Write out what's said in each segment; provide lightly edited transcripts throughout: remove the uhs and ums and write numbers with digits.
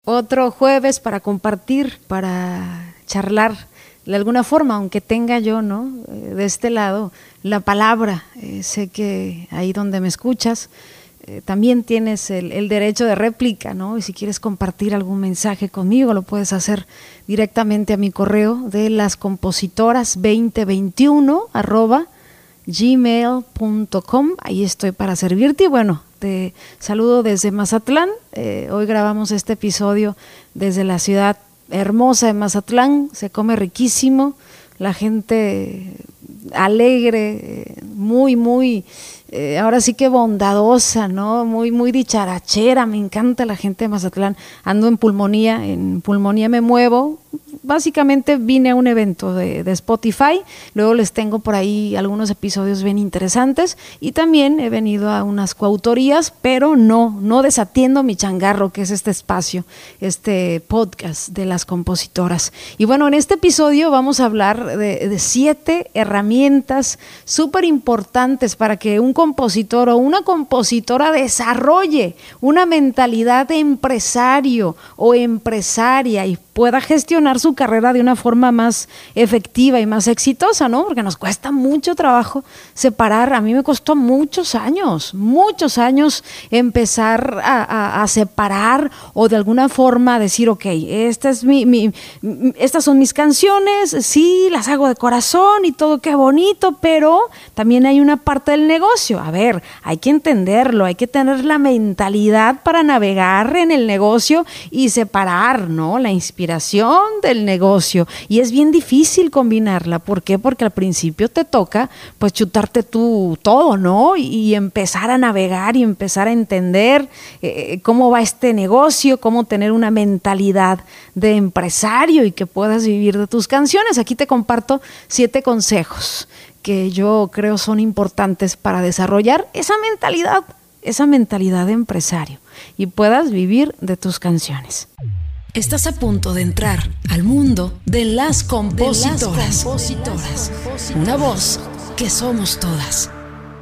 Otro jueves para compartir, para charlar de alguna forma, aunque tenga yo, ¿no? De este lado la palabra. Sé que ahí donde me escuchas también tienes el derecho de réplica, ¿no? Y si quieres compartir algún mensaje conmigo, lo puedes hacer directamente a mi correo de lascompositoras2021@gmail.com. Ahí estoy para servirte. Y bueno, te saludo desde Mazatlán. Hoy grabamos este episodio desde la ciudad hermosa de Mazatlán. Se come riquísimo, la gente alegre, muy ahora sí que bondadosa, ¿no? Muy dicharachera. Me encanta la gente de Mazatlán. Ando en Pulmonía me muevo. Básicamente vine a un evento de Spotify, luego les tengo por ahí algunos episodios bien interesantes y también he venido a unas coautorías, pero no desatiendo mi changarro, que es este espacio, este podcast de las compositoras. Y bueno, en este episodio vamos a hablar de 7 herramientas súper importantes para que un compositor o una compositora desarrolle una mentalidad de empresario o empresaria y pueda gestionar su carrera de una forma más efectiva y más exitosa, ¿no? Porque nos cuesta mucho trabajo separar. A mí me costó muchos años empezar a separar o de alguna forma decir, ok, estas son mis canciones, sí, las hago de corazón y todo, qué bonito, pero también hay una parte del negocio. A ver, hay que entenderlo, hay que tener la mentalidad para navegar en el negocio y separar, ¿no? La inspiración del negocio, y es bien difícil combinarla. ¿Por qué? Porque al principio te toca pues chutarte tú todo, ¿no? Y empezar a navegar y empezar a entender cómo va este negocio, cómo tener una mentalidad de empresario y que puedas vivir de tus canciones. Aquí te comparto 7 consejos que yo creo son importantes para desarrollar esa mentalidad de empresario y puedas vivir de tus canciones. Estás a punto de entrar al mundo de las compositoras. Una voz que somos todas.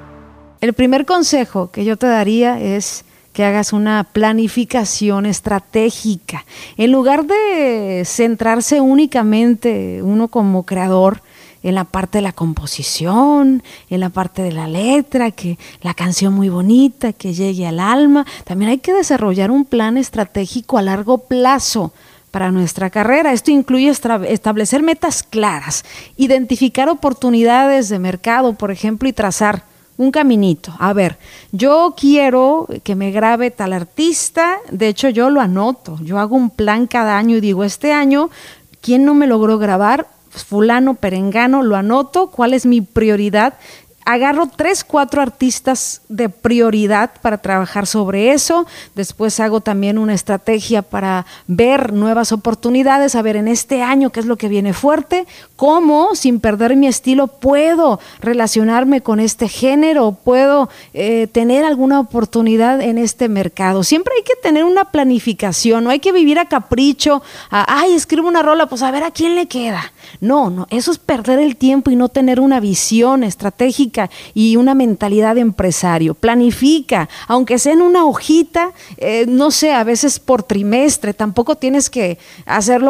El primer consejo que yo te daría es que hagas una planificación estratégica. En lugar de centrarse únicamente uno como creador en la parte de la composición, en la parte de la letra, que la canción muy bonita, que llegue al alma, también hay que desarrollar un plan estratégico a largo plazo para nuestra carrera. Esto incluye establecer metas claras, identificar oportunidades de mercado, por ejemplo, y trazar un caminito. A ver, yo quiero que me grabe tal artista, de hecho yo lo anoto, yo hago un plan cada año y digo, este año, ¿quién no me logró grabar? Fulano, perengano, lo anoto, cuál es mi prioridad. Agarro 3, 4 artistas de prioridad para trabajar sobre eso. Después hago también una estrategia para ver nuevas oportunidades, a ver en este año qué es lo que viene fuerte, cómo sin perder mi estilo puedo relacionarme con este género, puedo tener alguna oportunidad en este mercado. Siempre hay que tener una planificación, no hay que vivir a capricho, escribo una rola, pues a ver a quién le queda. No, eso es perder el tiempo y no tener una visión estratégica y una mentalidad de empresario. Planifica, aunque sea en una hojita, no sé, a veces por trimestre, tampoco tienes que hacerlo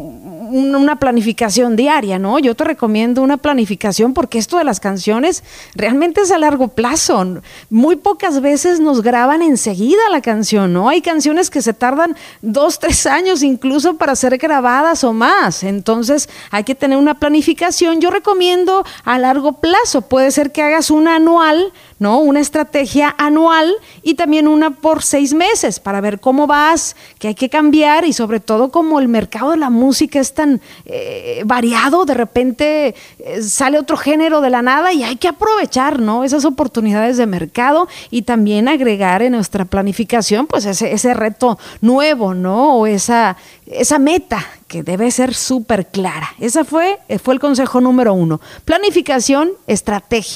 una planificación diaria, ¿no? Yo te recomiendo una planificación porque esto de las canciones realmente es a largo plazo. Muy pocas veces nos graban enseguida la canción, ¿no? Hay canciones que se tardan 2, 3 años incluso para ser grabadas o más. Entonces hay que tener una planificación. Yo recomiendo a largo plazo. Puede ser que hagas una anual, ¿no? Una estrategia anual y también una por 6 meses para ver cómo vas, qué hay que cambiar y sobre todo como el mercado de la música es tan variado, de repente sale otro género de la nada y hay que aprovechar, ¿no? Esas oportunidades de mercado y también agregar en nuestra planificación pues ese reto nuevo, ¿no? O esa meta que debe ser súper clara. Ese fue el consejo número 1. Planificación estratégica.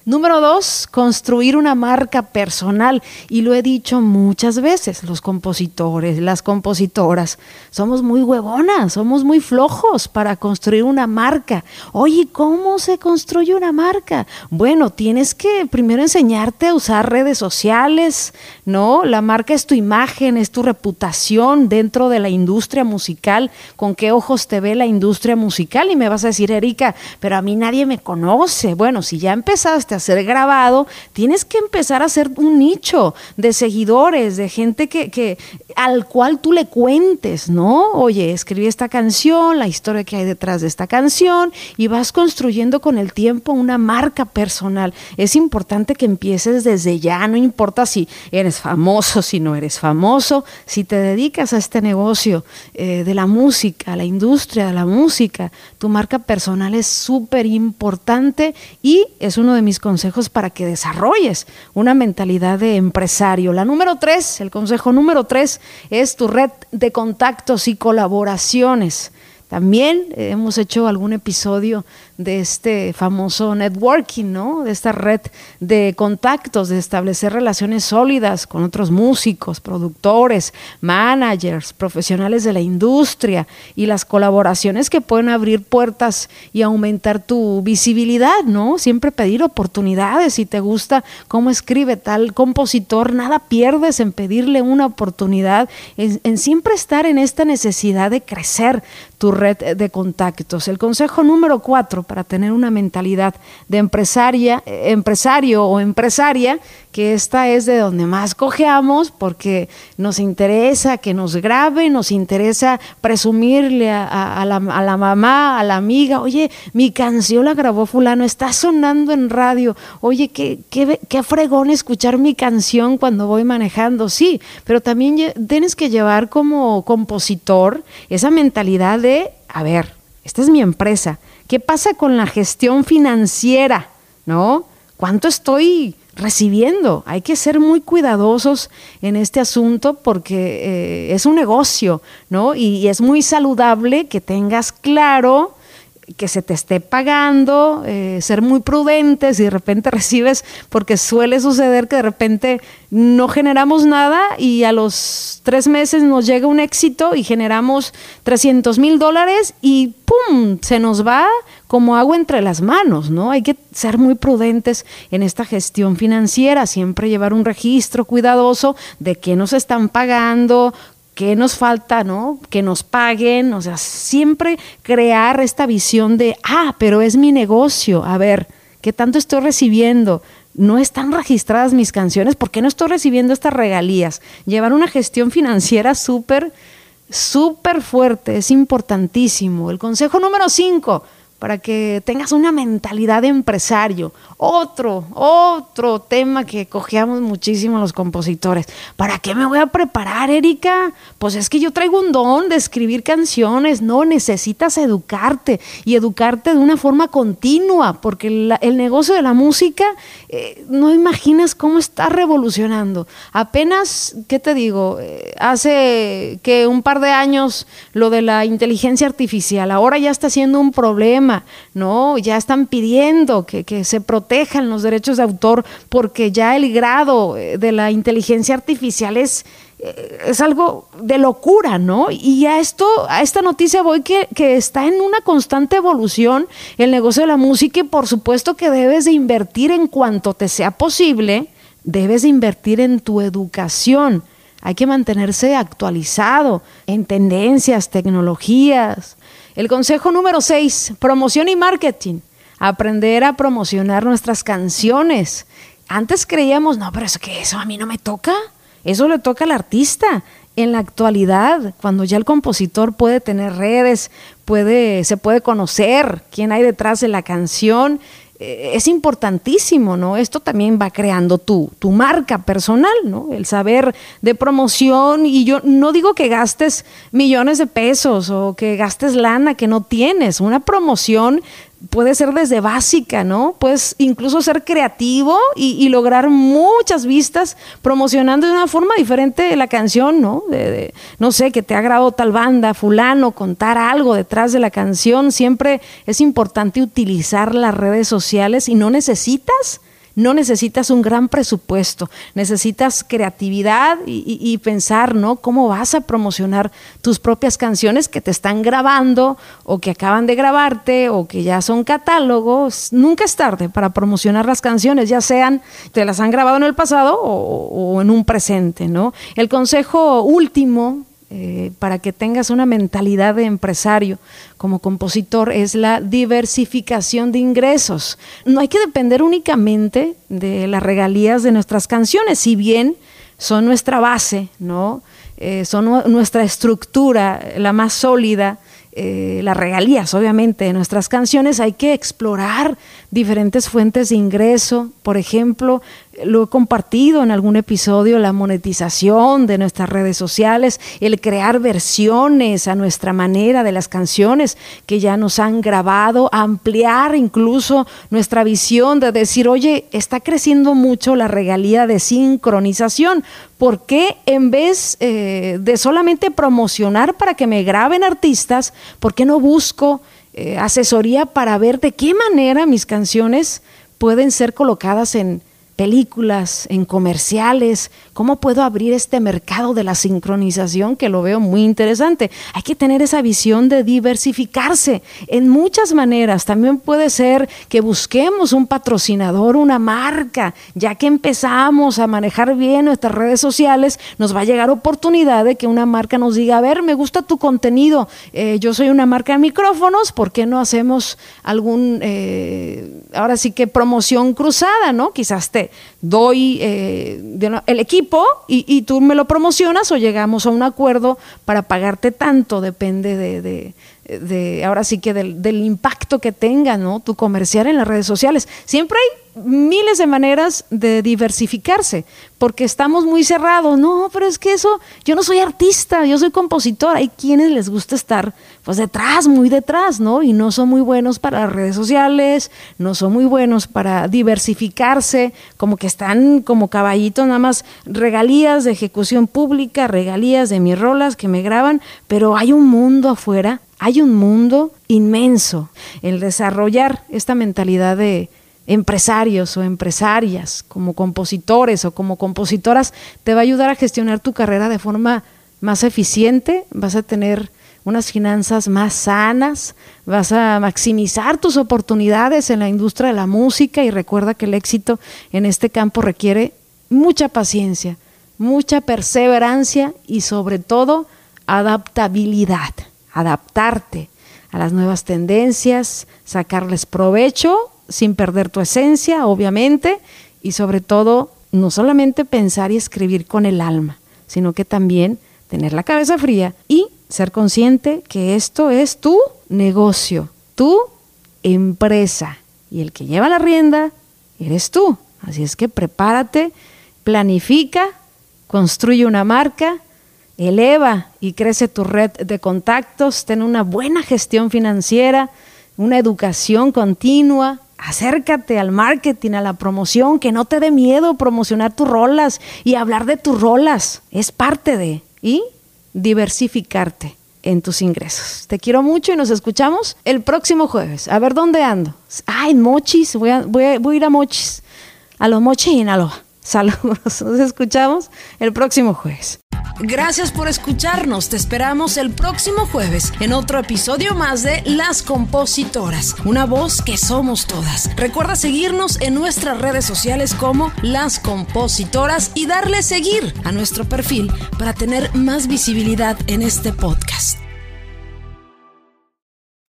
Número 2, construir una marca personal. Y lo he dicho muchas veces, los compositores, las compositoras, somos muy huevonas, somos muy flojos para construir una marca. Oye, ¿cómo se construye una marca? Bueno, tienes que primero enseñarte a usar redes sociales, ¿no? La marca es tu imagen, es tu reputación dentro de la industria musical. ¿Con qué ojos te ve la industria musical? Y me vas a decir, Erika, pero a mí nadie me conoce. Bueno, si ya empezaste a ser grabado, tienes que empezar a hacer un nicho de seguidores, de gente que al cual tú le cuentes, ¿no? Oye, escribí esta canción, la historia que hay detrás de esta canción, y vas construyendo con el tiempo una marca personal. Es importante que empieces desde ya, no importa si eres famoso, si no eres famoso, si te dedicas a este negocio de la música, a la industria de la música, tu marca personal es súper importante y es uno de mis consejos para que desarrolles una mentalidad de empresario. La número 3, el consejo número 3 es tu red de contactos y colaboraciones. También hemos hecho algún episodio de este famoso networking, ¿no? De esta red de contactos, de establecer relaciones sólidas con otros músicos, productores, managers, profesionales de la industria, y las colaboraciones que pueden abrir puertas y aumentar tu visibilidad, ¿no? Siempre pedir oportunidades. Si te gusta cómo escribe tal compositor, nada pierdes en pedirle una oportunidad, en siempre estar en esta necesidad de crecer tu red de contactos. El consejo número 4 para tener una mentalidad de empresario o empresaria, que esta es de donde más cojeamos, porque nos interesa que nos grabe, nos interesa presumirle a la mamá, a la amiga, oye, mi canción la grabó fulano, está sonando en radio, oye, qué fregón escuchar mi canción cuando voy manejando. Sí, pero también tienes que llevar como compositor esa mentalidad de, a ver, esta es mi empresa, ¿qué pasa con la gestión financiera? ¿No? ¿Cuánto estoy recibiendo? Hay que ser muy cuidadosos en este asunto porque es un negocio, ¿no? Y es muy saludable que tengas claro que se te esté pagando, ser muy prudentes. Si de repente recibes, porque suele suceder que de repente no generamos nada y a los 3 meses nos llega un éxito y generamos $300,000 y ¡pum!, se nos va como agua entre las manos, ¿no? Hay que ser muy prudentes en esta gestión financiera, siempre llevar un registro cuidadoso de qué nos están pagando, qué nos falta, ¿no? Que nos paguen, o sea, siempre crear esta visión de, pero es mi negocio, a ver, ¿qué tanto estoy recibiendo? No están registradas mis canciones, ¿por qué no estoy recibiendo estas regalías? Llevar una gestión financiera súper fuerte, es importantísimo. El consejo número 5, para que tengas una mentalidad de empresario. Otro tema que cojeamos muchísimo los compositores. ¿Para qué me voy a preparar, Erika? Pues es que yo traigo un don de escribir canciones. No, necesitas educarte y educarte de una forma continua, porque el negocio de la música, no imaginas cómo está revolucionando. Apenas, ¿qué te digo? Hace que un par de años lo de la inteligencia artificial, ahora ya está siendo un problema, ¿no? Ya están pidiendo que se protejan los derechos de autor, porque ya el grado de la inteligencia artificial es algo de locura, ¿no? Y a esta noticia voy que está en una constante evolución el negocio de la música, y por supuesto que debes de invertir en cuanto te sea posible, debes de invertir en tu educación. Hay que mantenerse actualizado en tendencias, tecnologías. El consejo número 6, promoción y marketing. Aprender a promocionar nuestras canciones. Antes creíamos, no, pero eso a mí no me toca. Eso le toca al artista. En la actualidad, cuando ya el compositor puede tener redes, se puede conocer quién hay detrás de la canción, es importantísimo, ¿no? Esto también va creando tu marca personal, ¿no? El saber de promoción. Y yo no digo que gastes millones de pesos o que gastes lana que no tienes. Una promoción puede ser desde básica, ¿no? Puedes incluso ser creativo y lograr muchas vistas promocionando de una forma diferente la canción, ¿no? No sé, que te ha grabado tal banda, fulano, contar algo detrás de la canción. Siempre es importante utilizar las redes sociales y no necesitas no necesitas un gran presupuesto, necesitas creatividad y pensar, ¿no? ¿Cómo vas a promocionar tus propias canciones que te están grabando o que acaban de grabarte o que ya son catálogos? Nunca es tarde para promocionar las canciones, ya sean te las han grabado en el pasado o en un presente, ¿no? El consejo último para que tengas una mentalidad de empresario como compositor es la diversificación de ingresos. No hay que depender únicamente de las regalías de nuestras canciones, si bien son nuestra base, ¿no? Son nuestra estructura, la más sólida. Las regalías, obviamente, de nuestras canciones. Hay que explorar diferentes fuentes de ingreso. Por ejemplo, lo he compartido en algún episodio, la monetización de nuestras redes sociales, el crear versiones a nuestra manera de las canciones que ya nos han grabado, ampliar incluso nuestra visión de decir, oye, está creciendo mucho la regalía de sincronización. ¿Por qué en vez de solamente promocionar para que me graben artistas, por qué no busco asesoría para ver de qué manera mis canciones pueden ser colocadas en películas, en comerciales? ¿Cómo puedo abrir este mercado de la sincronización que lo veo muy interesante? Hay que tener esa visión de diversificarse en muchas maneras. También puede ser que busquemos un patrocinador, una marca. Ya que empezamos a manejar bien nuestras redes sociales, nos va a llegar oportunidad de que una marca nos diga, a ver, me gusta tu contenido, yo soy una marca de micrófonos, ¿por qué no hacemos algún, ahora sí que promoción cruzada, ¿no? Quizás te doy el equipo y tú me lo promocionas o llegamos a un acuerdo para pagarte tanto, depende de ahora sí que del impacto que tenga, ¿no? Tu comercial en las redes sociales. Siempre hay miles de maneras de diversificarse, porque estamos muy cerrados. No, pero es que eso, yo no soy artista, yo soy compositor. Hay quienes les gusta estar pues detrás, muy detrás, ¿no? Y no son muy buenos para las redes sociales, no son muy buenos para diversificarse, como que están como caballitos, nada más regalías de ejecución pública, regalías de mis rolas que me graban, pero hay un mundo afuera, hay un mundo inmenso. El desarrollar esta mentalidad de empresarios o empresarias, como compositores o como compositoras, te va a ayudar a gestionar tu carrera de forma más eficiente, vas a tener unas finanzas más sanas, vas a maximizar tus oportunidades en la industria de la música, y recuerda que el éxito en este campo requiere mucha paciencia, mucha perseverancia y sobre todo adaptabilidad, adaptarte a las nuevas tendencias, sacarles provecho sin perder tu esencia, obviamente, y sobre todo, no solamente pensar y escribir con el alma, sino que también tener la cabeza fría y ser consciente que esto es tu negocio, tu empresa, y el que lleva la rienda eres tú. Así es que prepárate, planifica, construye una marca, eleva y crece tu red de contactos, ten una buena gestión financiera, una educación continua. Acércate al marketing, a la promoción, que no te dé miedo promocionar tus rolas y hablar de tus rolas. Es parte de, y diversificarte en tus ingresos. Te quiero mucho y nos escuchamos el próximo jueves. A ver dónde ando. En Mochis, voy a ir a Mochis, a los Mochis y Naloa. Saludos, nos escuchamos el próximo jueves. Gracias por escucharnos, te esperamos el próximo jueves en otro episodio más de Las Compositoras, una voz que somos todas. Recuerda seguirnos en nuestras redes sociales como Las Compositoras y darle seguir a nuestro perfil para tener más visibilidad en este podcast.